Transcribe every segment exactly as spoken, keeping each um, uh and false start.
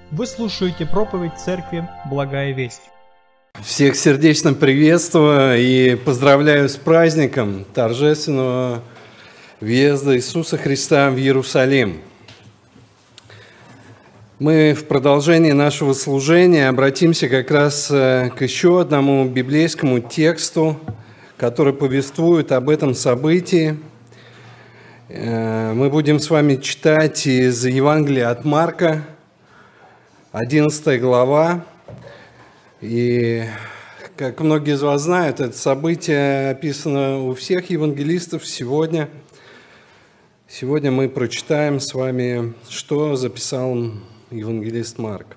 Вы слушаете проповедь Церкви Благая Весть. Всех сердечно приветствую и поздравляю с праздником торжественного въезда Иисуса Христа в Иерусалим. Мы в продолжении нашего служения обратимся как раз к еще одному библейскому тексту, который повествует об этом событии. Мы будем с вами читать из Евангелия от Марка, одиннадцатая глава. И, как многие из вас знают, это событие описано у всех евангелистов сегодня. Сегодня мы прочитаем с вами, что записал евангелист Марк.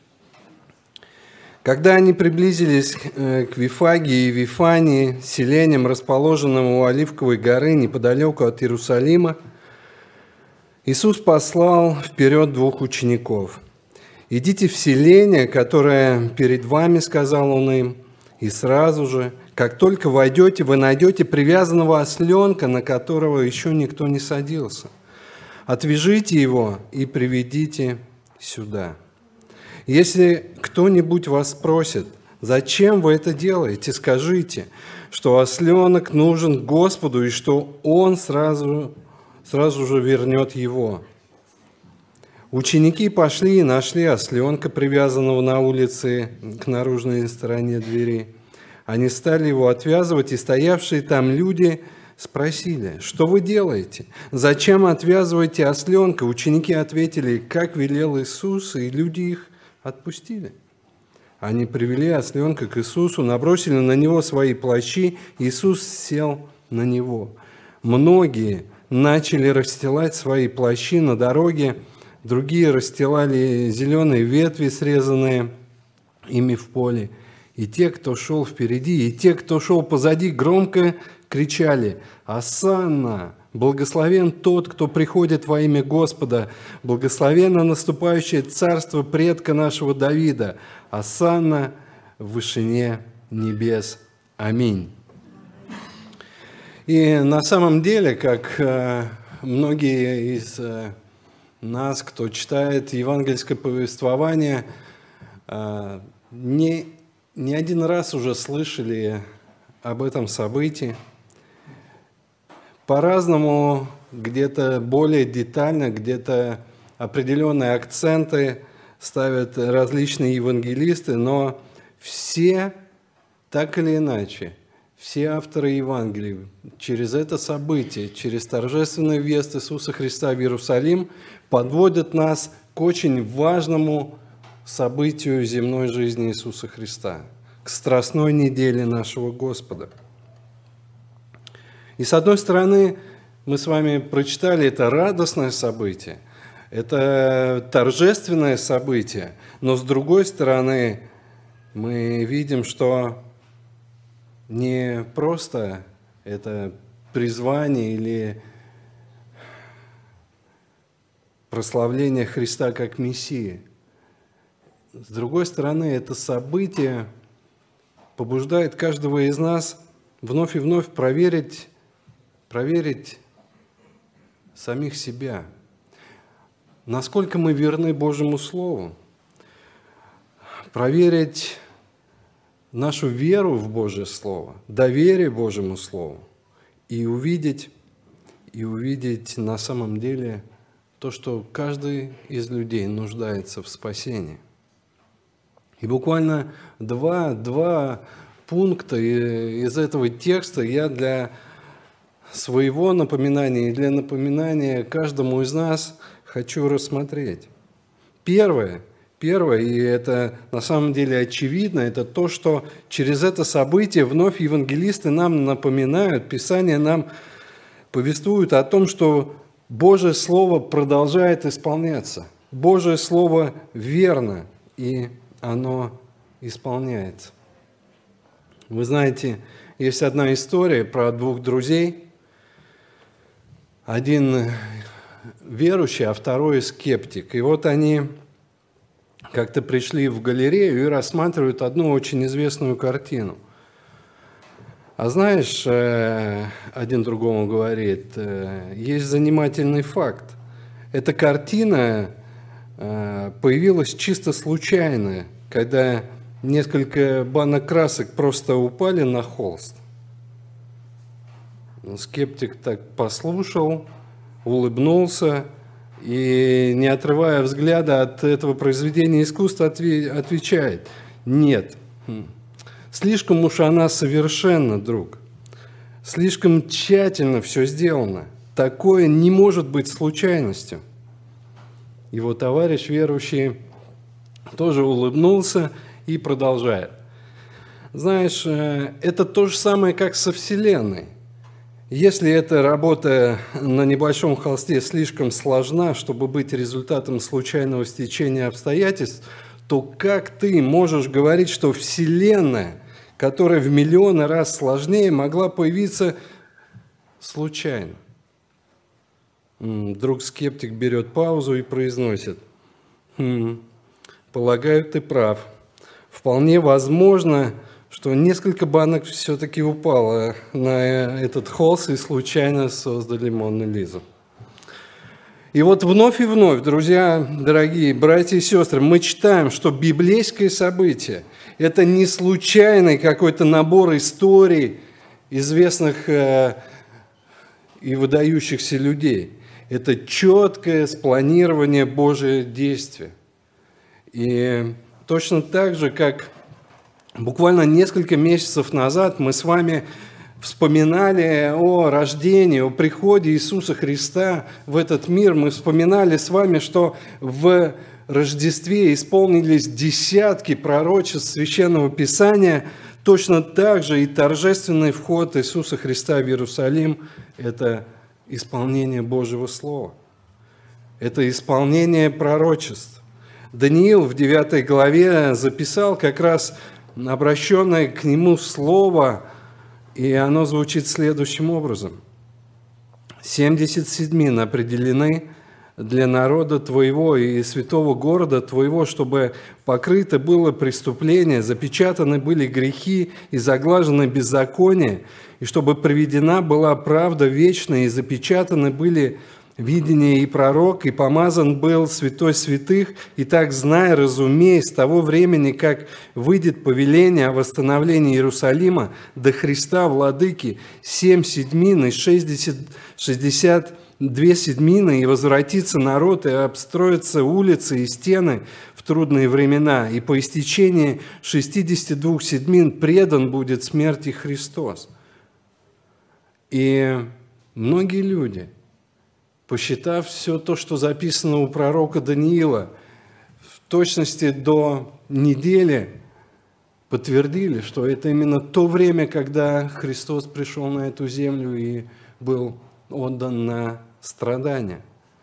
Когда они приблизились к Вифагии и Вифании, селениям, расположенным у Оливковой горы неподалеку от Иерусалима, Иисус послал вперед двух учеников. «Идите в селение, которое перед вами, — сказал Он им, — и сразу же, как только войдете, вы найдете привязанного осленка, на которого еще никто не садился. Отвяжите его и приведите сюда. Если кто-нибудь вас спросит, зачем вы это делаете, скажите, что осленок нужен Господу и что Он сразу, сразу же вернет его». Ученики пошли и нашли осленка, привязанного на улице к наружной стороне двери. Они стали его отвязывать, и стоявшие там люди спросили: «Что вы делаете? Зачем отвязываете осленка?» Ученики ответили: «Как велел Иисус», и люди их отпустили. Они привели осленка к Иисусу, набросили на него свои плащи, Иисус сел на него. Многие начали расстилать свои плащи на дороге, другие расстилали зеленые ветви, срезанные ими в поле. И те, кто шел впереди, и те, кто шел позади, громко кричали: «Осанна! Благословен тот, кто приходит во имя Господа! Благословенно наступающее царство предка нашего Давида! Осанна в вышине небес! Аминь!» И на самом деле, как многие из нас, кто читает евангельское повествование, не, не один раз уже слышали об этом событии. По-разному, где-то более детально, где-то определенные акценты ставят различные евангелисты, но все, так или иначе, все авторы Евангелий через это событие, через торжественный въезд Иисуса Христа в Иерусалим подводят нас к очень важному событию земной жизни Иисуса Христа, к страстной неделе нашего Господа. И с одной стороны, мы с вами прочитали это радостное событие, это торжественное событие, но с другой стороны, мы видим, что не просто это призвание или прославление Христа как Мессии. С другой стороны, это событие побуждает каждого из нас вновь и вновь проверить, проверить самих себя. Насколько мы верны Божьему Слову. Проверить нашу веру в Божье Слово, доверие Божьему Слову и увидеть, и увидеть на самом деле то, что каждый из людей нуждается в спасении. И буквально два, два пункта из этого текста я для своего напоминания и для напоминания каждому из нас хочу рассмотреть. Первое, первое, и это на самом деле очевидно, это то, что через это событие вновь евангелисты нам напоминают, Писание нам повествует о том, что Божье Слово продолжает исполняться. Божье Слово верно, и оно исполняется. Вы знаете, есть одна история про двух друзей. Один верующий, а второй скептик. И вот они как-то пришли в галерею и рассматривают одну очень известную картину. А знаешь, один другому говорит, есть занимательный факт. Эта картина появилось чисто случайно, когда несколько банок красок просто упали на холст. Скептик так послушал, улыбнулся и, не отрывая взгляда от этого произведения искусства, отвечает: нет, слишком уж она совершенна, друг, слишком тщательно все сделано, такое не может быть случайностью. Его товарищ верующий тоже улыбнулся и продолжает: знаешь, это то же самое, как со Вселенной. Если эта работа на небольшом холсте слишком сложна, чтобы быть результатом случайного стечения обстоятельств, то как ты можешь говорить, что Вселенная, которая в миллионы раз сложнее, могла появиться случайно? Вдруг скептик берет паузу и произносит: хм, полагаю, ты прав. Вполне возможно, что несколько банок все-таки упало на этот холст и случайно создали Мону Лизу. И вот вновь и вновь, друзья, дорогие братья и сестры, мы читаем, что библейское событие – это не случайный какой-то набор историй известных э, и выдающихся людей. Это четкое спланирование Божие действия. И точно так же, как буквально несколько месяцев назад мы с вами вспоминали о рождении, о приходе Иисуса Христа в этот мир, мы вспоминали с вами, что в Рождестве исполнились десятки пророчеств Священного Писания, точно так же и торжественный вход Иисуса Христа в Иерусалим – это исполнение Божьего Слова, это исполнение пророчеств. Даниил в девятой главе записал как раз обращенное к нему слово, и оно звучит следующим образом. «Семьдесят седьмин определены для народа твоего и святого города твоего, чтобы покрыто было преступление, запечатаны были грехи и заглажены беззакония, и чтобы приведена была правда вечная, и запечатаны были видение и пророк, и помазан был святой святых, и так знай, разумей, с того времени, как выйдет повеление о восстановлении Иерусалима до Христа Владыки, семь седьмин и шестьдесят, шестьдесят две седьмины, и возвратится народ, и обстроятся улицы и стены в трудные времена, и по истечении шестидесяти двух седьмин предан будет смерти Христос». И многие люди, посчитав все то, что записано у пророка Даниила, в точности до недели подтвердили, что это именно то время, когда Христос пришел на эту землю и был отдан на страдания.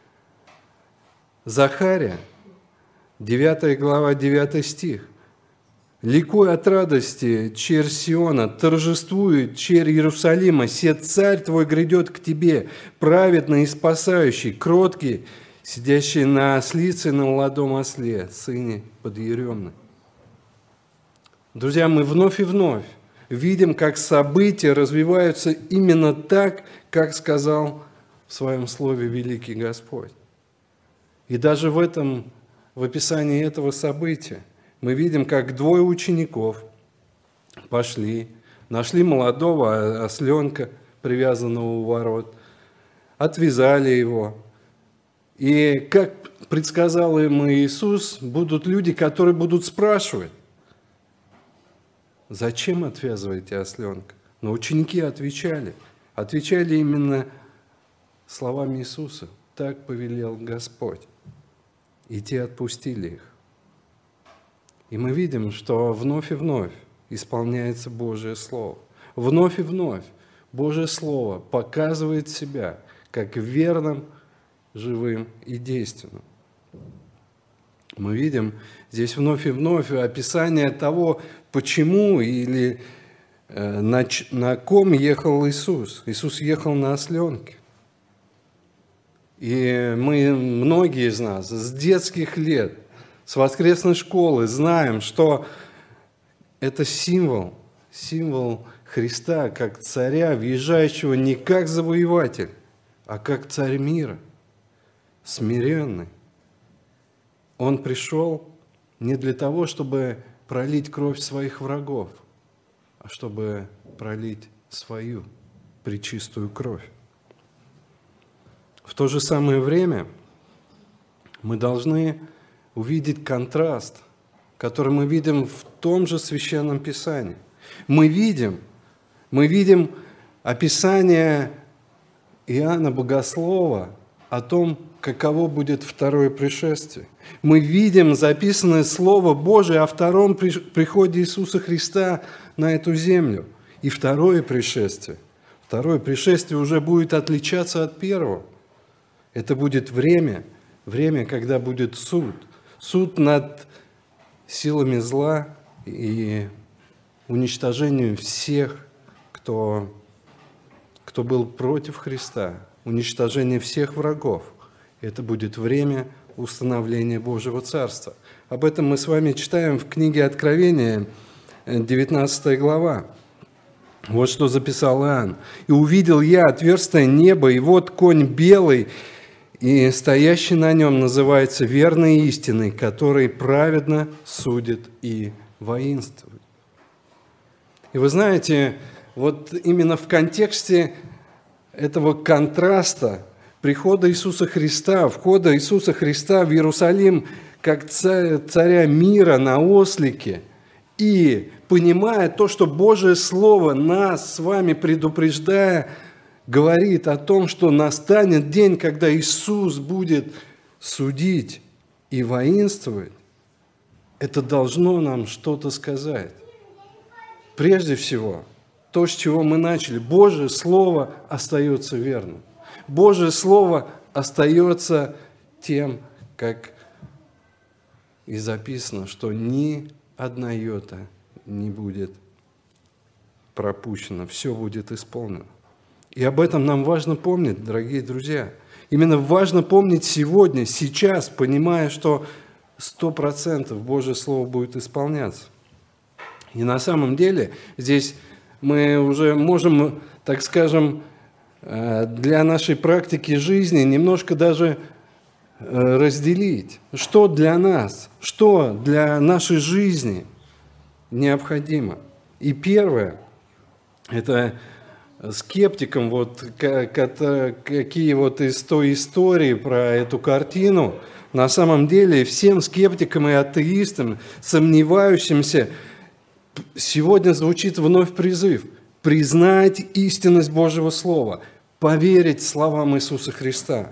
Захария, девятая глава, девятый стих. «Ликуй от радости, черь Сиона, торжествует черь Иерусалима, се царь твой грядет к тебе, праведный и спасающий, кроткий, сидящий на ослице на молодом осле, сыне подъеремной». Друзья, мы вновь и вновь видим, как события развиваются именно так, как сказал в своем слове великий Господь. И даже в этом, в описании этого события, мы видим, как двое учеников пошли, нашли молодого осленка, привязанного у ворот, отвязали его. И, как предсказал им Иисус, будут люди, которые будут спрашивать: зачем отвязываете осленка? Но ученики отвечали. Отвечали именно словами Иисуса: так повелел Господь. И те отпустили их. И мы видим, что вновь и вновь исполняется Божие Слово. Вновь и вновь Божие Слово показывает себя как верным, живым и действенным. Мы видим здесь вновь и вновь описание того, почему или э, на, на ком ехал Иисус. Иисус ехал на осленке. И мы, многие из нас, с детских лет, с воскресной школы знаем, что это символ, символ Христа как царя, въезжающего не как завоеватель, а как царь мира, смиренный, Он пришел не для того, чтобы пролить кровь своих врагов, а чтобы пролить свою пречистую кровь. В то же самое время мы должны увидеть контраст, который мы видим в том же Священном Писании. Мы видим, мы видим описание Иоанна Богослова о том, каково будет второе пришествие. Мы видим записанное Слово Божие о втором приходе Иисуса Христа на эту землю. И второе пришествие. Второе пришествие уже будет отличаться от первого. Это будет время, время, когда будет суд. Суд над силами зла и уничтожением всех, кто, кто был против Христа, уничтожение всех врагов. Это будет время установления Божьего Царства. Об этом мы с вами читаем в книге Откровения, девятнадцатая глава. Вот что записал Иоанн. «И увидел я отверстие неба, и вот конь белый, и стоящий на нем называется верной истиной, который праведно судит и воинствует». И вы знаете, вот именно в контексте этого контраста прихода Иисуса Христа, входа Иисуса Христа в Иерусалим как царя, царя мира на ослике, и понимая то, что Божие Слово нас с вами предупреждая, говорит о том, что настанет день, когда Иисус будет судить и воинствовать, это должно нам что-то сказать. Прежде всего, то, с чего мы начали, Божие Слово остается верным. Божие Слово остается тем, как и записано, что ни одна йота не будет пропущена, все будет исполнено. И об этом нам важно помнить, дорогие друзья. Именно важно помнить сегодня, сейчас, понимая, что сто процентов Божье Слово будет исполняться. И на самом деле здесь мы уже можем, так скажем, для нашей практики жизни немножко даже разделить, что для нас, что для нашей жизни необходимо. И первое, это скептикам, вот, какие вот из той истории про эту картину, на самом деле всем скептикам и атеистам, сомневающимся, сегодня звучит вновь призыв признать истинность Божьего Слова, поверить словам Иисуса Христа.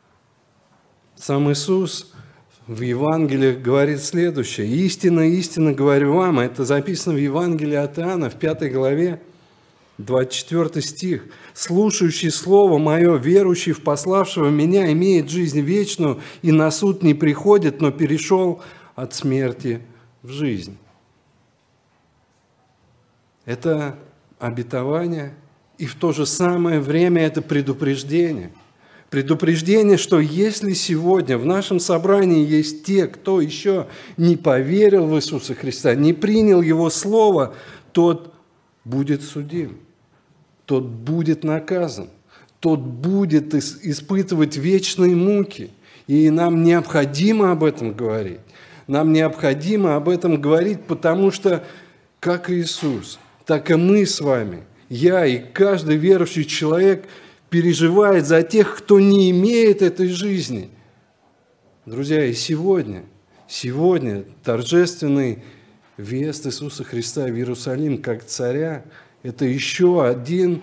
Сам Иисус в Евангелии говорит следующее. «Истинно, истинно говорю вам», это записано в Евангелии от Иоанна в пятой главе, двадцать четвёртый стих. «Слушающий Слово Мое, верующий в пославшего Меня, имеет жизнь вечную, и на суд не приходит, но перешел от смерти в жизнь». Это обетование, и в то же самое время это предупреждение. Предупреждение, что если сегодня в нашем собрании есть те, кто еще не поверил в Иисуса Христа, не принял Его Слово, тот будет судим, тот будет наказан, тот будет испытывать вечные муки. И нам необходимо об этом говорить. Нам необходимо об этом говорить, потому что, как Иисус, так и мы с вами, я и каждый верующий человек переживает за тех, кто не имеет этой жизни. Друзья, и сегодня, сегодня торжественный въезд Иисуса Христа в Иерусалим как царя – это еще один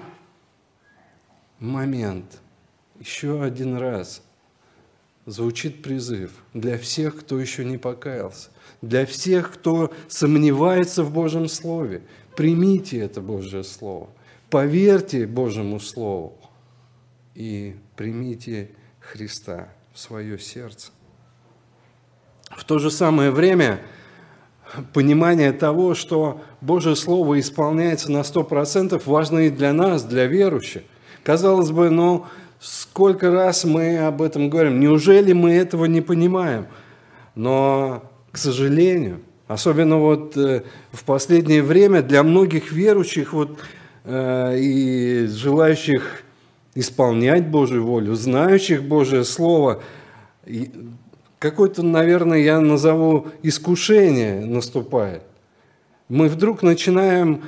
момент, еще один раз звучит призыв для всех, кто еще не покаялся, для всех, кто сомневается в Божьем Слове. Примите это Божье Слово, поверьте Божьему Слову и примите Христа в свое сердце. В то же самое время понимание того, что Божье Слово исполняется на сто процентов, важно и для нас, для верующих. Казалось бы, ну, сколько раз мы об этом говорим, неужели мы этого не понимаем? Но, к сожалению, особенно вот в последнее время для многих верующих вот, э, и желающих исполнять Божью волю, знающих Божие Слово, какое-то, наверное, я назову искушение наступает. Мы вдруг начинаем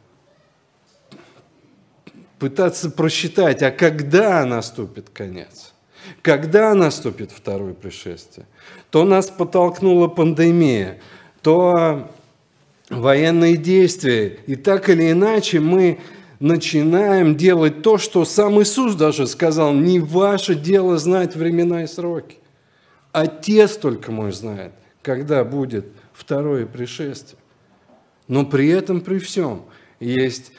пытаться просчитать, а когда наступит конец? Когда наступит второе пришествие? То нас подтолкнула пандемия, то военные действия. И так или иначе мы начинаем делать то, что сам Иисус даже сказал: не ваше дело знать времена и сроки. Отец только мой знает, когда будет второе пришествие. Но при этом, при всем, есть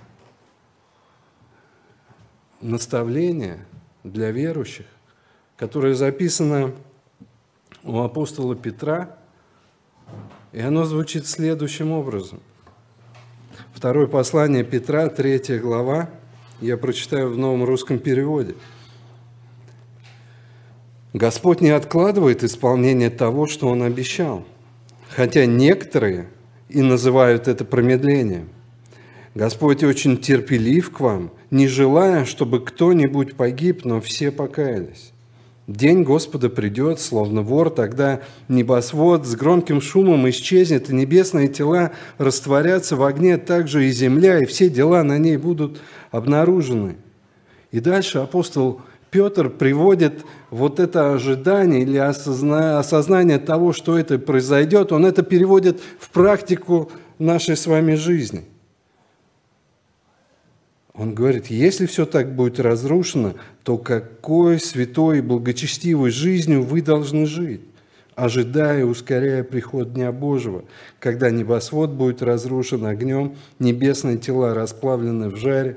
наставление для верующих, которое записано у апостола Петра, и оно звучит следующим образом. Второе послание Петра, третья глава, я прочитаю в новом русском переводе. «Господь не откладывает исполнение того, что Он обещал, хотя некоторые и называют это промедлением. Господь очень терпелив к вам, не желая, чтобы кто-нибудь погиб, но все покаялись. День Господа придет, словно вор, тогда небосвод с громким шумом исчезнет, и небесные тела растворятся в огне, также и земля, и все дела на ней будут обнаружены». И дальше апостол Петр приводит вот это ожидание или осознание того, что это произойдет, он это переводит в практику нашей с вами жизни. Он говорит, если все так будет разрушено, то какой святой и благочестивой жизнью вы должны жить, ожидая и ускоряя приход Дня Божьего, когда небосвод будет разрушен огнем, небесные тела расплавлены в жаре.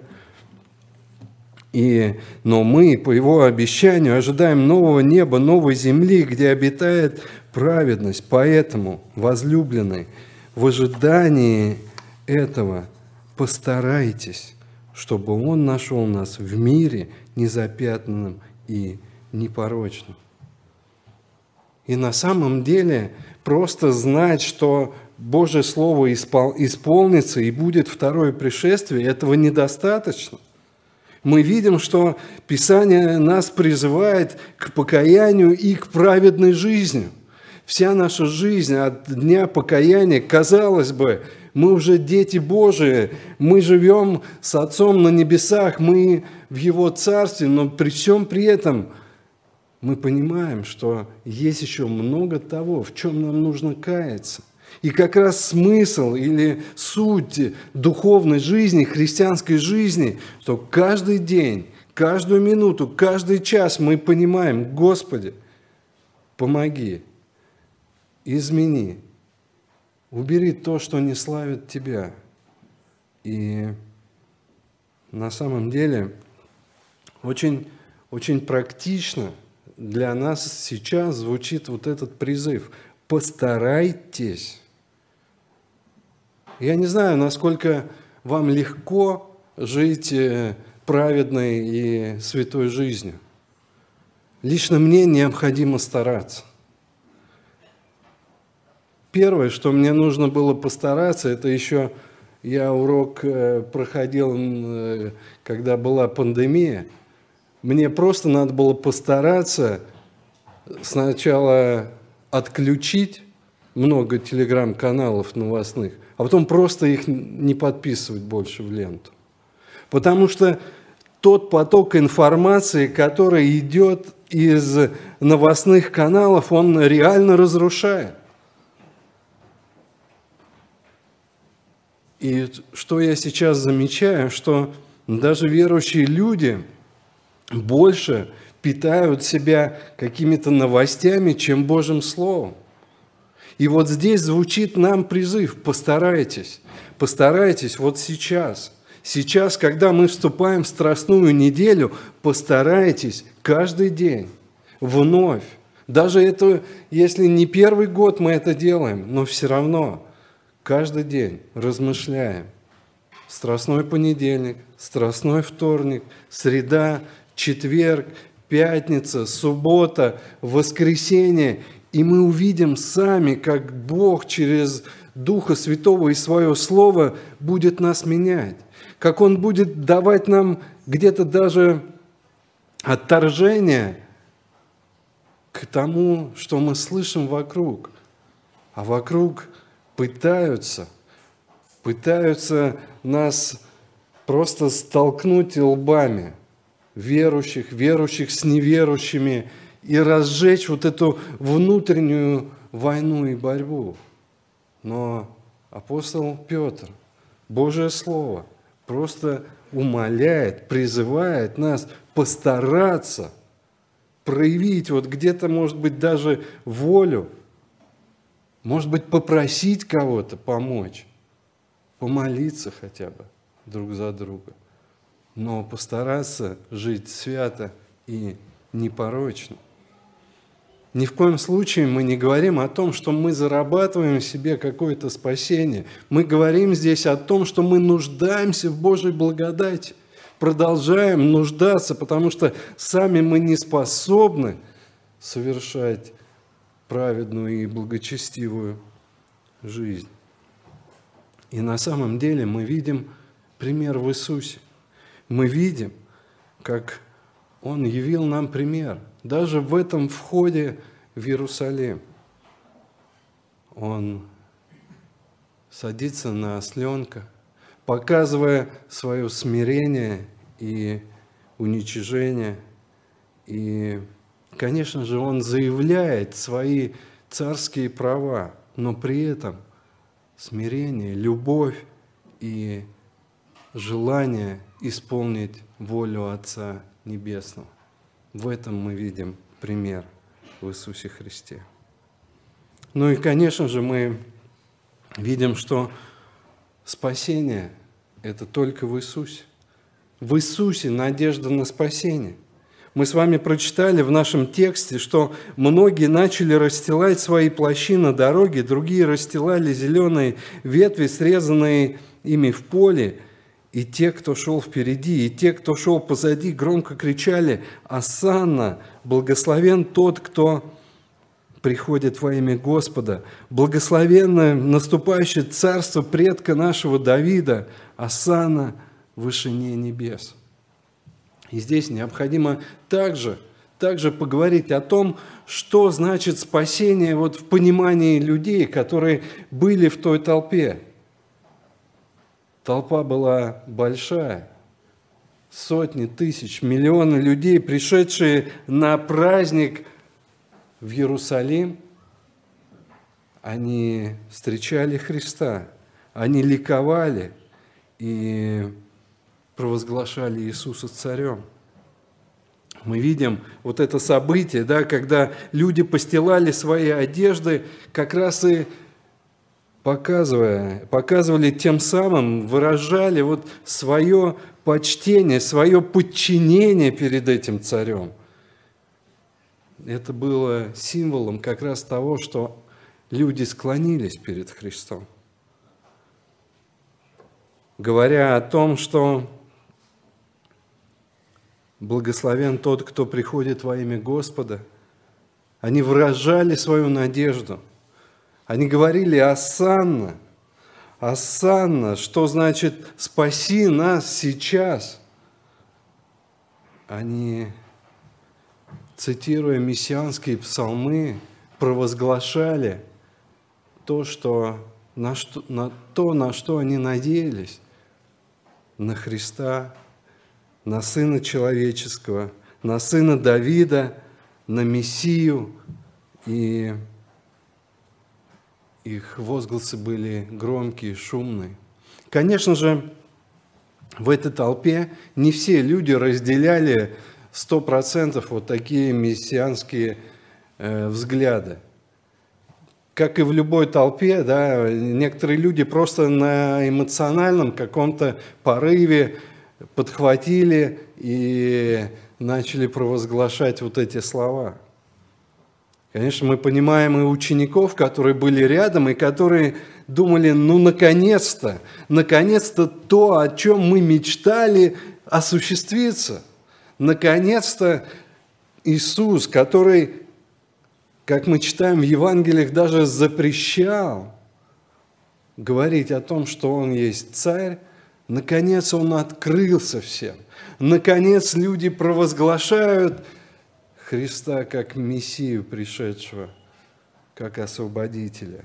И, но мы, по Его обещанию, ожидаем нового неба, новой земли, где обитает праведность. Поэтому, возлюбленные, в ожидании этого постарайтесь, чтобы Он нашел нас в мире незапятнанным и непорочным. И на самом деле просто знать, что Божье Слово исполнится и будет второе пришествие, этого недостаточно. Мы видим, что Писание нас призывает к покаянию и к праведной жизни. Вся наша жизнь от дня покаяния, казалось бы, мы уже дети Божии, мы живем с Отцом на небесах, мы в Его Царстве, но при всем при этом мы понимаем, что есть еще много того, в чем нам нужно каяться. И как раз смысл или суть духовной жизни, христианской жизни, что каждый день, каждую минуту, каждый час мы понимаем: Господи, помоги, измени, убери то, что не славит Тебя. И на самом деле очень, очень практично для нас сейчас звучит вот этот призыв: постарайтесь. Я не знаю, насколько вам легко жить праведной и святой жизнью. Лично мне необходимо стараться. Первое, что мне нужно было постараться, это еще я урок проходил, когда была пандемия. Мне просто надо было постараться сначала отключить много телеграм-каналов новостных, а потом просто их не подписывать больше в ленту. Потому что тот поток информации, который идет из новостных каналов, он реально разрушает. И что я сейчас замечаю, что даже верующие люди больше питают себя какими-то новостями, чем Божьим Словом. И вот здесь звучит нам призыв: постарайтесь, постарайтесь вот сейчас. Сейчас, когда мы вступаем в страстную неделю, постарайтесь каждый день вновь. Даже это, если не первый год мы это делаем, но все равно каждый день размышляем. Страстной понедельник, страстной вторник, среда, четверг, пятница, суббота, воскресенье. И мы увидим сами, как Бог через Духа Святого и Свое Слово будет нас менять. Как Он будет давать нам где-то даже отторжение к тому, что мы слышим вокруг. А вокруг пытаются, пытаются нас просто столкнуть лбами, верующих, верующих с неверующими, и разжечь вот эту внутреннюю войну и борьбу. Но апостол Петр, Божие Слово, просто умоляет, призывает нас постараться проявить вот где-то, может быть, даже волю, может быть, попросить кого-то помочь, помолиться хотя бы друг за друга, но постараться жить свято и непорочно. Ни в коем случае мы не говорим о том, что мы зарабатываем себе какое-то спасение. Мы говорим здесь о том, что мы нуждаемся в Божьей благодати, продолжаем нуждаться, потому что сами мы не способны совершать праведную и благочестивую жизнь. И на самом деле мы видим пример в Иисусе. Мы видим, как Он явил нам пример. Даже в этом входе в Иерусалим Он садится на осленка, показывая свое смирение и уничижение. И, конечно же, Он заявляет свои царские права, но при этом смирение, любовь и желание исполнить волю Отца Небесного. В этом мы видим пример в Иисусе Христе. Ну и, конечно же, мы видим, что спасение – это только в Иисусе. В Иисусе надежда на спасение. Мы с вами прочитали в нашем тексте, что многие начали расстилать свои плащи на дороге, другие расстилали зеленые ветви, срезанные ими в поле. И те, кто шел впереди, и те, кто шел позади, громко кричали: «Осанна! Благословен тот, кто приходит во имя Господа! Благословенно наступающее царство предка нашего Давида! Осанна в вышине небес!» И здесь необходимо также, также поговорить о том, что значит спасение вот в понимании людей, которые были в той толпе. Толпа была большая, сотни тысяч, миллионы людей, пришедшие на праздник в Иерусалим. Они встречали Христа, они ликовали и провозглашали Иисуса царем. Мы видим вот это событие, да, когда люди постилали свои одежды, как раз и Показывая, показывали тем самым, выражали вот свое почтение, свое подчинение перед этим царем. Это было символом как раз того, что люди склонились перед Христом. Говоря о том, что благословен тот, кто приходит во имя Господа, они выражали свою надежду. Они говорили: «Осанна, осанна», что значит «спаси нас сейчас». Они, цитируя мессианские псалмы, провозглашали то, что, на, что, на то, на что они надеялись, на Христа, на Сына Человеческого, на Сына Давида, на Мессию. И их возгласы были громкие, шумные. Конечно же, в этой толпе не все люди разделяли сто процентов вот такие мессианские э, взгляды. Как и в любой толпе, да, некоторые люди просто на эмоциональном каком-то порыве подхватили и начали провозглашать вот эти слова. Конечно, мы понимаем и учеников, которые были рядом, и которые думали: ну, наконец-то, наконец-то то, о чем мы мечтали, осуществится. Наконец-то Иисус, который, как мы читаем в Евангелиях, даже запрещал говорить о том, что Он есть Царь, наконец Он открылся всем. Наконец люди провозглашают Христа как Мессию пришедшего, как Освободителя.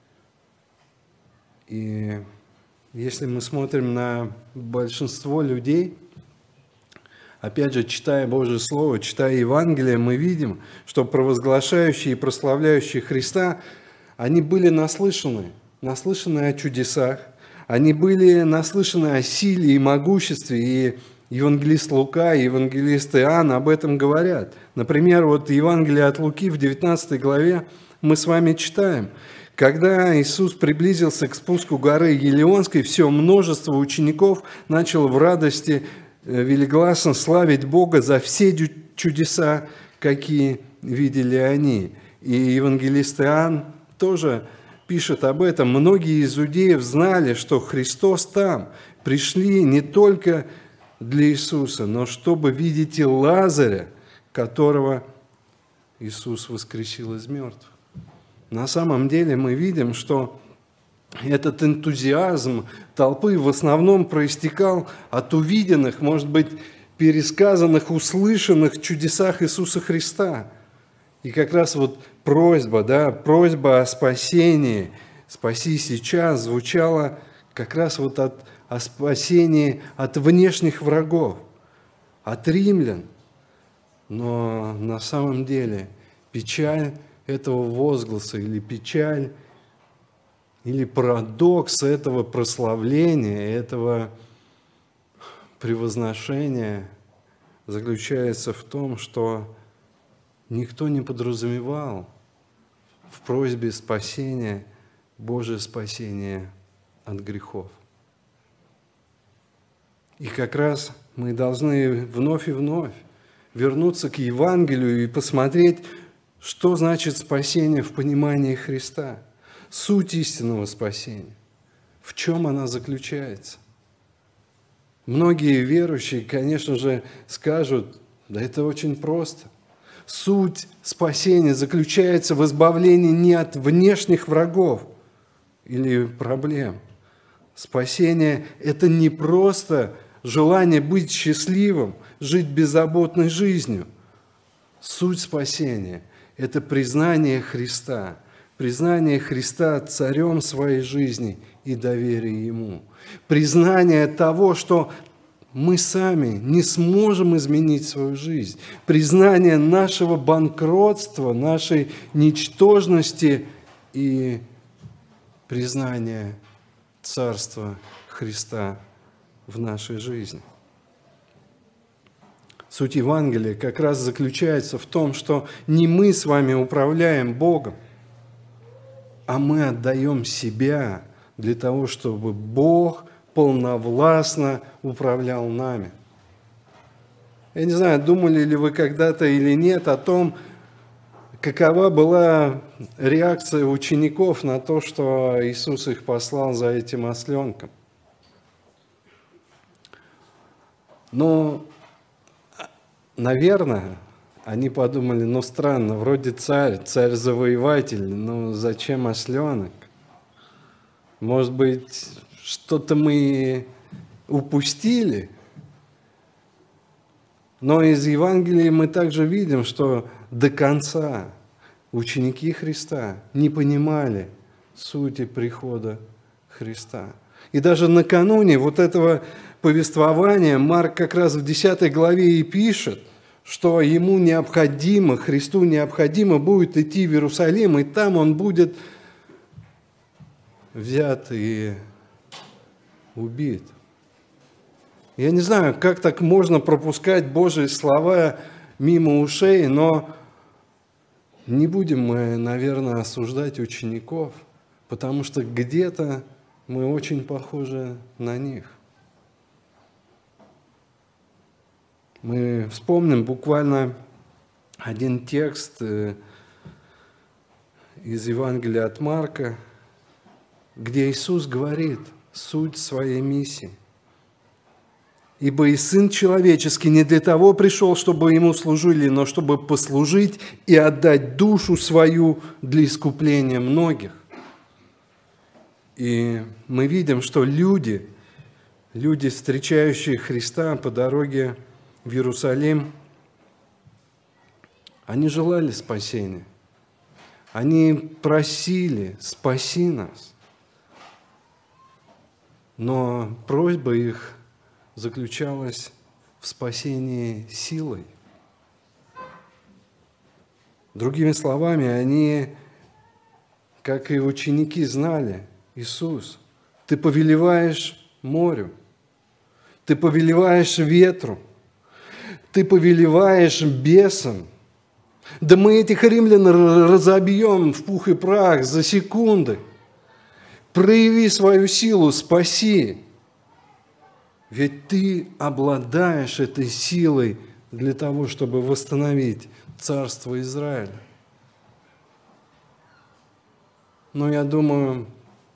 И если мы смотрим на большинство людей, опять же, читая Божье Слово, читая Евангелие, мы видим, что провозглашающие и прославляющие Христа, они были наслышаны, наслышаны о чудесах, они были наслышаны о силе и могуществе, и евангелист Лука и евангелист Иоанн об этом говорят. Например, вот Евангелие от Луки в девятнадцатой главе мы с вами читаем. Когда Иисус приблизился к спуску горы Елеонской, все множество учеников начало в радости велигласно славить Бога за все чудеса, какие видели они. И евангелист Иоанн тоже пишет об этом. Многие из иудеев знали, что Христос там. Пришли не только для Иисуса, но чтобы видеть и Лазаря, которого Иисус воскресил из мертвых. На самом деле мы видим, что этот энтузиазм толпы в основном проистекал от увиденных, может быть, пересказанных, услышанных чудесах Иисуса Христа. И как раз вот просьба, да, просьба о спасении, спаси сейчас, звучала как раз вот от, о спасении от внешних врагов, от римлян. Но на самом деле печаль этого возгласа или печаль, или парадокс этого прославления, этого превозношения заключается в том, что никто не подразумевал в просьбе спасения Божие спасение от грехов. И как раз мы должны вновь и вновь вернуться к Евангелию и посмотреть, что значит спасение в понимании Христа, суть истинного спасения, в чем она заключается. Многие верующие, конечно же, скажут, да это очень просто. Суть спасения заключается в избавлении не от внешних врагов или проблем. Спасение – это не просто желание быть счастливым, жить беззаботной жизнью. Суть спасения – это признание Христа, признание Христа царем своей жизни и доверие Ему. Признание того, что мы сами не сможем изменить свою жизнь. Признание нашего банкротства, нашей ничтожности и признание Царства Христа в нашей жизни. Суть Евангелия как раз заключается в том, что не мы с вами управляем Богом, а мы отдаем себя для того, чтобы Бог полновластно управлял нами. Я не знаю, думали ли вы когда-то или нет о том, какова была реакция учеников на то, что Иисус их послал за этим осленком. Ну, наверное, они подумали, ну странно, вроде царь, царь-завоеватель, ну зачем осленок? Может быть, что-то мы упустили? Но из Евангелия мы также видим, что до конца ученики Христа не понимали сути прихода Христа. И даже накануне вот этого повествования Марк как раз в десятой главе и пишет, что ему необходимо, Христу необходимо будет идти в Иерусалим, и там он будет взят и убит. Я не знаю, как так можно пропускать Божьи слова мимо ушей, но не будем мы, наверное, осуждать учеников, потому что где-то мы очень похожи на них. Мы вспомним буквально один текст из Евангелия от Марка, где Иисус говорит суть своей миссии. «Ибо и Сын Человеческий не для того пришел, чтобы Ему служили, но чтобы послужить и отдать душу свою для искупления многих». И мы видим, что люди, люди, встречающие Христа по дороге в Иерусалим, Они желали спасения. Они просили: спаси нас. Но просьба их заключалась в спасении силой. Другими словами, они, как и ученики, знали: Иисус, Ты повелеваешь морю, Ты повелеваешь ветру, Ты повелеваешь бесам. Да мы этих римлян разобьем в пух и прах за секунды. Прояви свою силу, спаси. Ведь Ты обладаешь этой силой для того, чтобы восстановить царство Израиля. Но я думаю,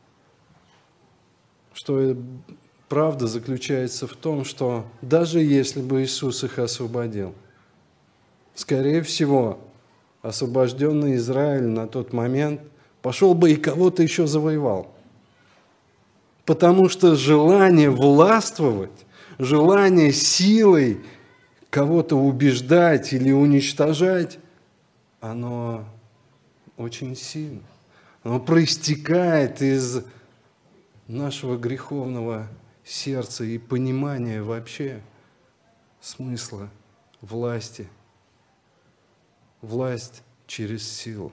что правда заключается в том, что даже если бы Иисус их освободил, скорее всего, освобожденный Израиль на тот момент пошел бы и кого-то еще завоевал. Потому что желание властвовать, желание силой кого-то убеждать или уничтожать, оно очень сильно. Оно проистекает из нашего греховного сердца и понимания вообще смысла власти. Власть через силу.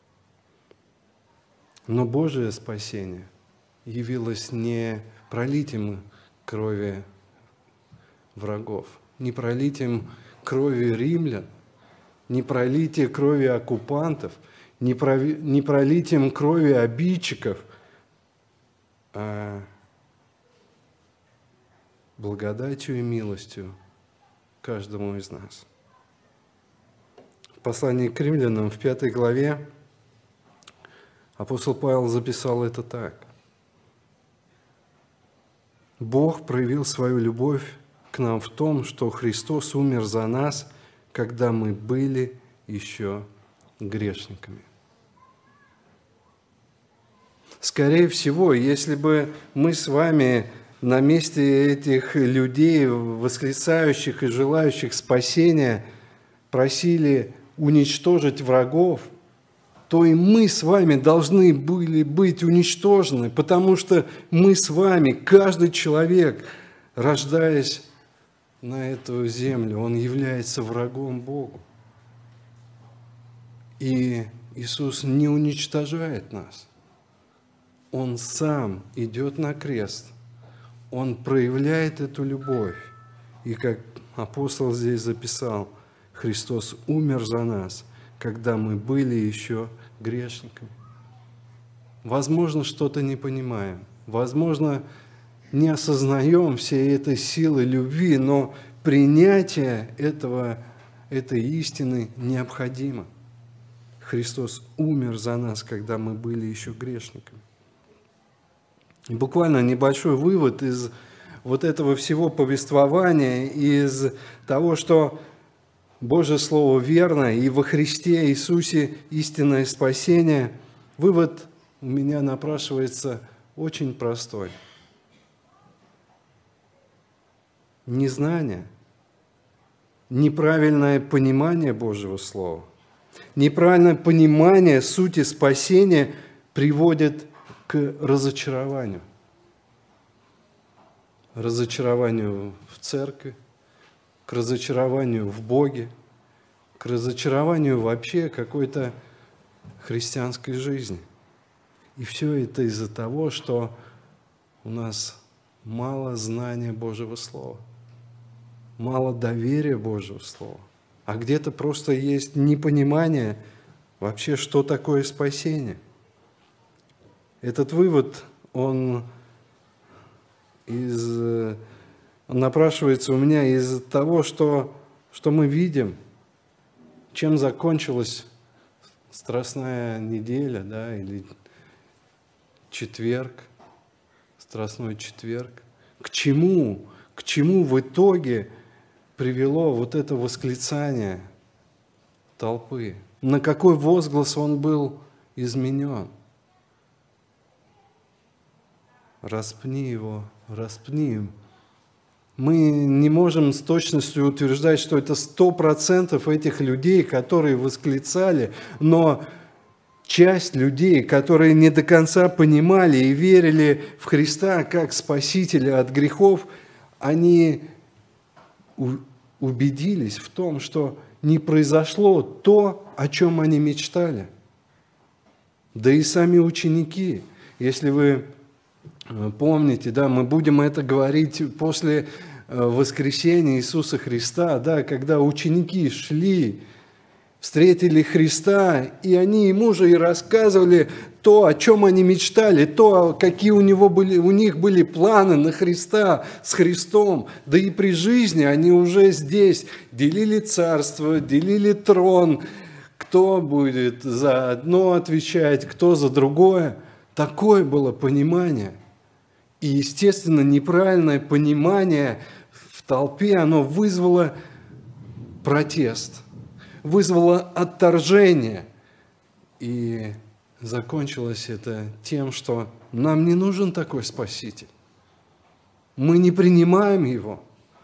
Но Божие спасение явилось не пролитием крови врагов, не пролитием крови римлян, не пролитием крови оккупантов, не пролитием крови обидчиков, а благодатью и милостью каждому из нас. В послании к римлянам в пятой главе апостол Павел записал это так. Бог проявил свою любовь к нам в том, что Христос умер за нас, когда мы были еще грешниками. Скорее всего, если бы мы с вами на месте этих людей, восклицающих и желающих спасения, просили уничтожить врагов, то и мы с вами должны были быть уничтожены, потому что мы с вами, каждый человек, рождаясь на эту землю, он является врагом Богу. И Иисус не уничтожает нас. Он сам идет на крест. Он проявляет эту любовь. И как апостол здесь записал, Христос умер за нас, когда мы были еще грешниками. Возможно, что-то не понимаем. Возможно, не осознаем всей этой силы любви, но принятие этого, этой истины необходимо. Христос умер за нас, когда мы были еще грешниками. И буквально небольшой вывод из вот этого всего повествования, из того, что Божье Слово верно, и во Христе Иисусе истинное спасение, вывод у меня напрашивается очень простой. Незнание, неправильное понимание Божьего Слова, неправильное понимание сути спасения приводит к разочарованию. Разочарованию в церкви, к разочарованию в Боге, к разочарованию вообще какой-то христианской жизни. И все это из-за того, что у нас мало знания Божьего Слова, мало доверия Божьего Слова, а где-то просто есть непонимание вообще, что такое спасение. Этот вывод, он, из, он напрашивается у меня из того, что, что мы видим, чем закончилась Страстная неделя, да, или четверг, Страстной четверг. К чему, к чему в итоге привело вот это восклицание толпы? На какой возглас он был изменен? Распни его, распни им. Мы не можем с точностью утверждать, что это сто процентов этих людей, которые восклицали, но часть людей, которые не до конца понимали и верили в Христа как Спасителя от грехов, они убедились в том, что не произошло то, о чем они мечтали. Да и сами ученики, если вы помните, да, мы будем это говорить после воскресения Иисуса Христа, да, когда ученики шли, встретили Христа, и они ему же и рассказывали то, о чем они мечтали, то, какие у, него были, у них были планы на Христа, с Христом. Да и при жизни они уже здесь делили царство, делили трон, кто будет за одно отвечать, кто за другое. Такое было понимание. И, естественно, неправильное понимание в толпе, оно вызвало протест, вызвало отторжение. И закончилось это тем, что нам не нужен такой Спаситель. Мы не принимаем Его.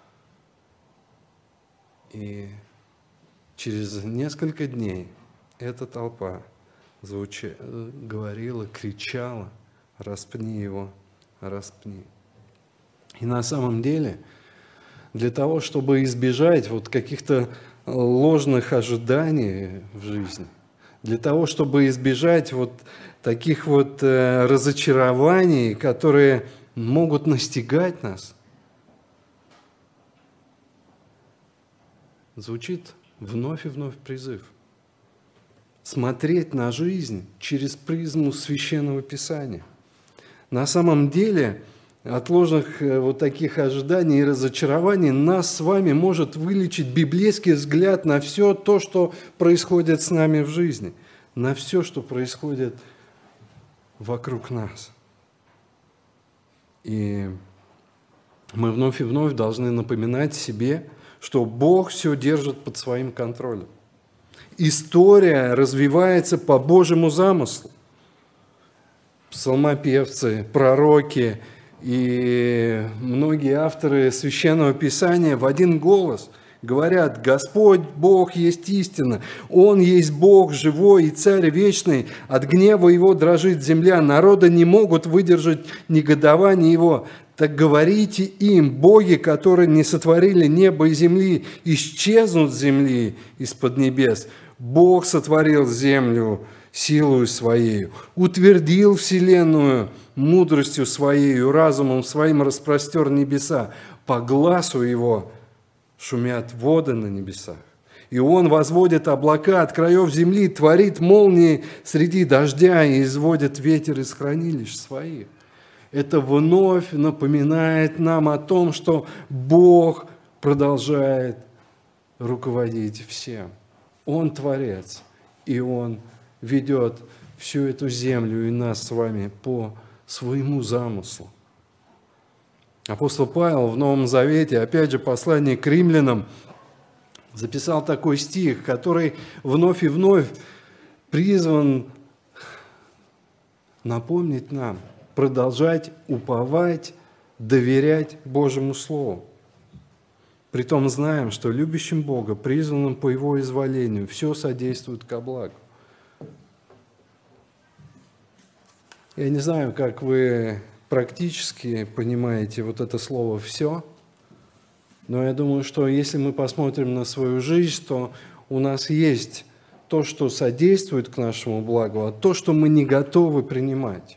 И через несколько дней эта толпа звуча... говорила, кричала: «Распни Его, распни». И на самом деле, для того, чтобы избежать вот каких-то ложных ожиданий в жизни, для того, чтобы избежать вот таких вот э, разочарований, которые могут настигать нас, звучит вновь и вновь призыв смотреть на жизнь через призму Священного Писания. На самом деле, от ложных вот таких ожиданий и разочарований нас с вами может вылечить библейский взгляд на все то, что происходит с нами в жизни, на все, что происходит вокруг нас. И мы вновь и вновь должны напоминать себе, что Бог все держит под своим контролем. История развивается по Божьему замыслу. Псалмопевцы, пророки и многие авторы Священного Писания в один голос говорят: Господь Бог есть истина, Он есть Бог живой и Царь вечный, от гнева Его дрожит земля, народы не могут выдержать негодование Его. Так говорите им: боги, которые не сотворили небо и земли, исчезнут с земли из-под небес. Бог сотворил землю силою Своею, утвердил вселенную мудростью Своею, разумом Своим распростер небеса. По глазу Его шумят воды на небесах. И Он возводит облака от краев земли, творит молнии среди дождя и изводит ветер из хранилищ Своих. Это вновь напоминает нам о том, что Бог продолжает руководить всем. Он Творец, и Он ведет всю эту землю и нас с вами по своему замыслу. Апостол Павел в Новом Завете, опять же, послание к римлянам, записал такой стих, который вновь и вновь призван напомнить нам, продолжать уповать, доверять Божьему Слову. Притом знаем, что любящим Бога, призванным по Его изволению, все содействует ко благу. Я не знаю, как вы практически понимаете вот это слово «все», но я думаю, что если мы посмотрим на свою жизнь, то у нас есть то, что содействует к нашему благу, а то, что мы не готовы принимать.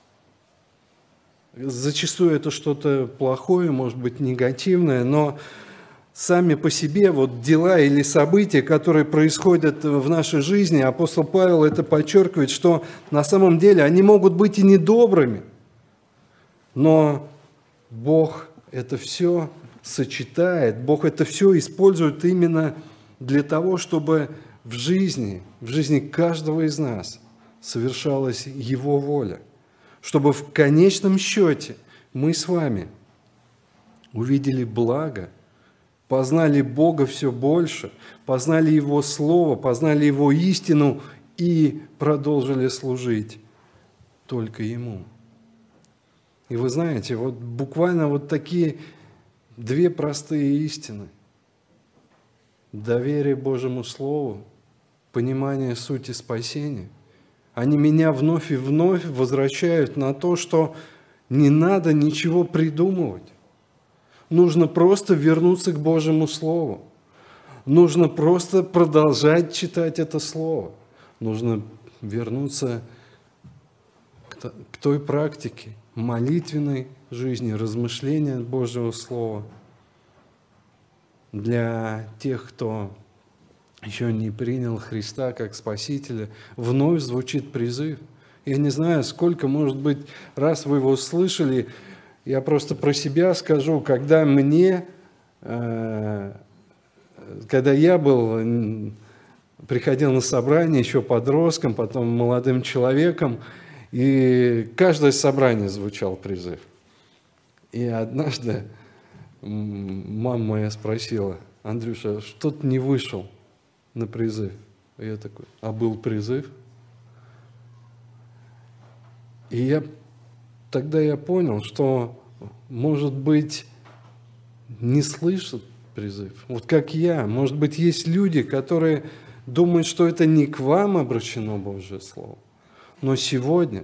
Зачастую это что-то плохое, может быть, негативное, но сами по себе вот дела или события, которые происходят в нашей жизни, апостол Павел это подчеркивает, что на самом деле они могут быть и недобрыми, но Бог это все сочетает, Бог это все использует именно для того, чтобы в жизни, в жизни каждого из нас совершалась Его воля, чтобы в конечном счете мы с вами увидели благо, познали Бога все больше, познали Его Слово, познали Его истину и продолжили служить только Ему. И вы знаете, вот буквально вот такие две простые истины. Доверие Божьему Слову, понимание сути спасения. Они меня вновь и вновь возвращают на то, что не надо ничего придумывать. Нужно просто вернуться к Божьему Слову. Нужно просто продолжать читать это Слово. Нужно вернуться к той практике молитвенной жизни, размышления Божьего Слова. Для тех, кто еще не принял Христа как Спасителя, вновь звучит призыв. Я не знаю, сколько, может быть, раз вы его слышали, я просто про себя скажу, когда мне, когда я был, приходил на собрание еще подростком, потом молодым человеком, и каждое собрание звучал призыв. И однажды мама моя спросила: Андрюша, что ты не вышел на призыв? И я такой: а был призыв? И я, тогда я понял, что, может быть, не слышат призыв. Вот как я. Может быть, есть люди, которые думают, что это не к вам обращено Божье Слово. Но сегодня,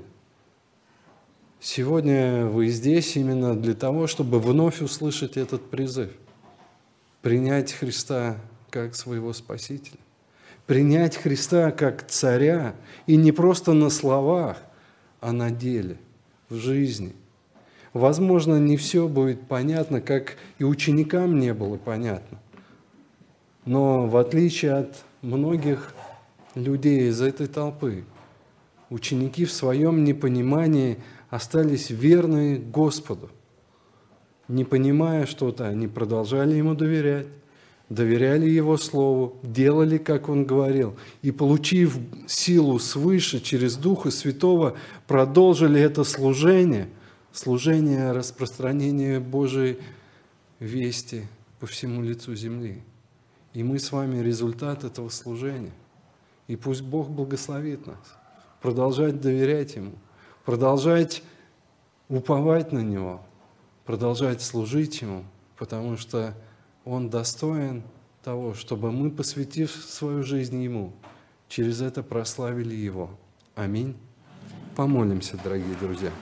сегодня вы здесь именно для того, чтобы вновь услышать этот призыв. Принять Христа как своего Спасителя. Принять Христа как Царя. И не просто на словах, а на деле, в жизни. Возможно, не все будет понятно, как и ученикам не было понятно. Но в отличие от многих людей из этой толпы, ученики в своем непонимании остались верны Господу. Не понимая что-то, они продолжали Ему доверять, доверяли Его Слову, делали, как Он говорил. И, получив силу свыше через Духа Святого, продолжили это служение, служение распространения Божьей вести по всему лицу земли. И мы с вами результат этого служения. И пусть Бог благословит нас. Продолжать доверять Ему, продолжать уповать на Него, продолжать служить Ему, потому что Он достоин того, чтобы мы, посвятив свою жизнь Ему, через это прославили Его. Аминь. Помолимся, дорогие друзья.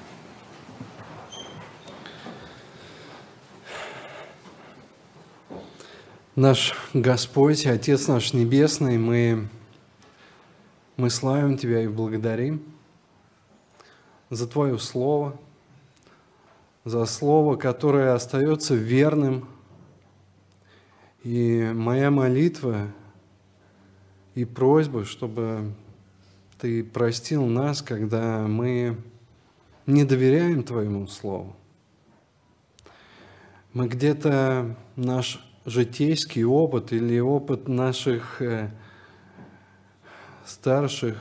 Наш Господь, Отец наш Небесный, мы, мы славим Тебя и благодарим за Твое Слово, за Слово, которое остается верным. И моя молитва и просьба, чтобы Ты простил нас, когда мы не доверяем Твоему Слову. Мы где-то наш житейский опыт или опыт наших старших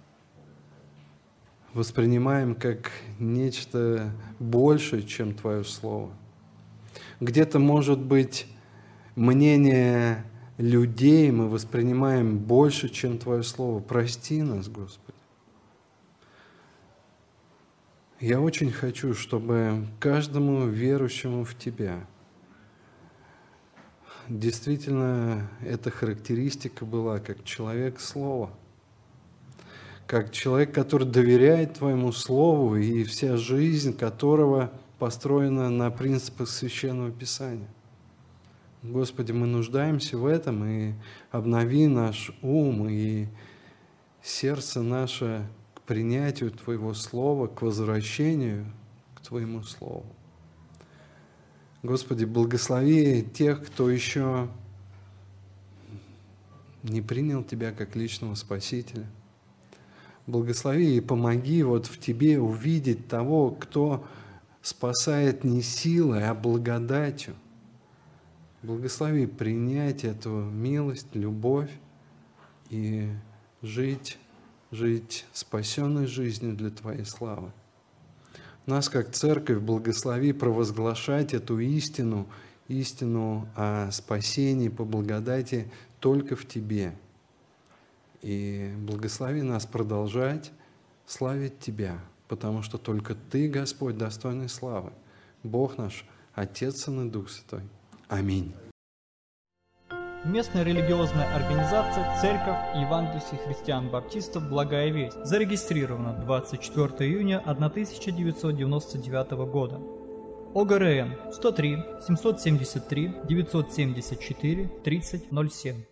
воспринимаем как нечто большее, чем Твое Слово. Где-то, может быть, мнение людей мы воспринимаем больше, чем Твое Слово. Прости нас, Господи. Я очень хочу, чтобы каждому верующему в Тебя действительно эта характеристика была как человек Слова, как человек, который доверяет Твоему Слову, и вся жизнь которого построена на принципах Священного Писания. Господи, мы нуждаемся в этом, и обнови наш ум и сердце наше к принятию Твоего Слова, к возвращению к Твоему Слову. Господи, благослови тех, кто еще не принял Тебя как личного Спасителя. Благослови и помоги вот в Тебе увидеть того, кто спасает не силой, а благодатью. Благослови принять эту милость, любовь и жить, жить спасенной жизнью для Твоей славы. Нас, как церковь, благослови провозглашать эту истину, истину о спасении по благодати только в Тебе. И благослови нас продолжать славить Тебя, потому что только Ты, Господь, достойный славы. Бог наш, Отец, Сын и Дух Святой. Аминь. Местная религиозная организация «Церковь евангельских христиан-баптистов Благая Весть» зарегистрирована двадцать четвёртого июня тысяча девятьсот девяносто девятого года. О Г Р Н сто три семьсот семьдесят три девятьсот семьдесят четыре тридцать ноль семь.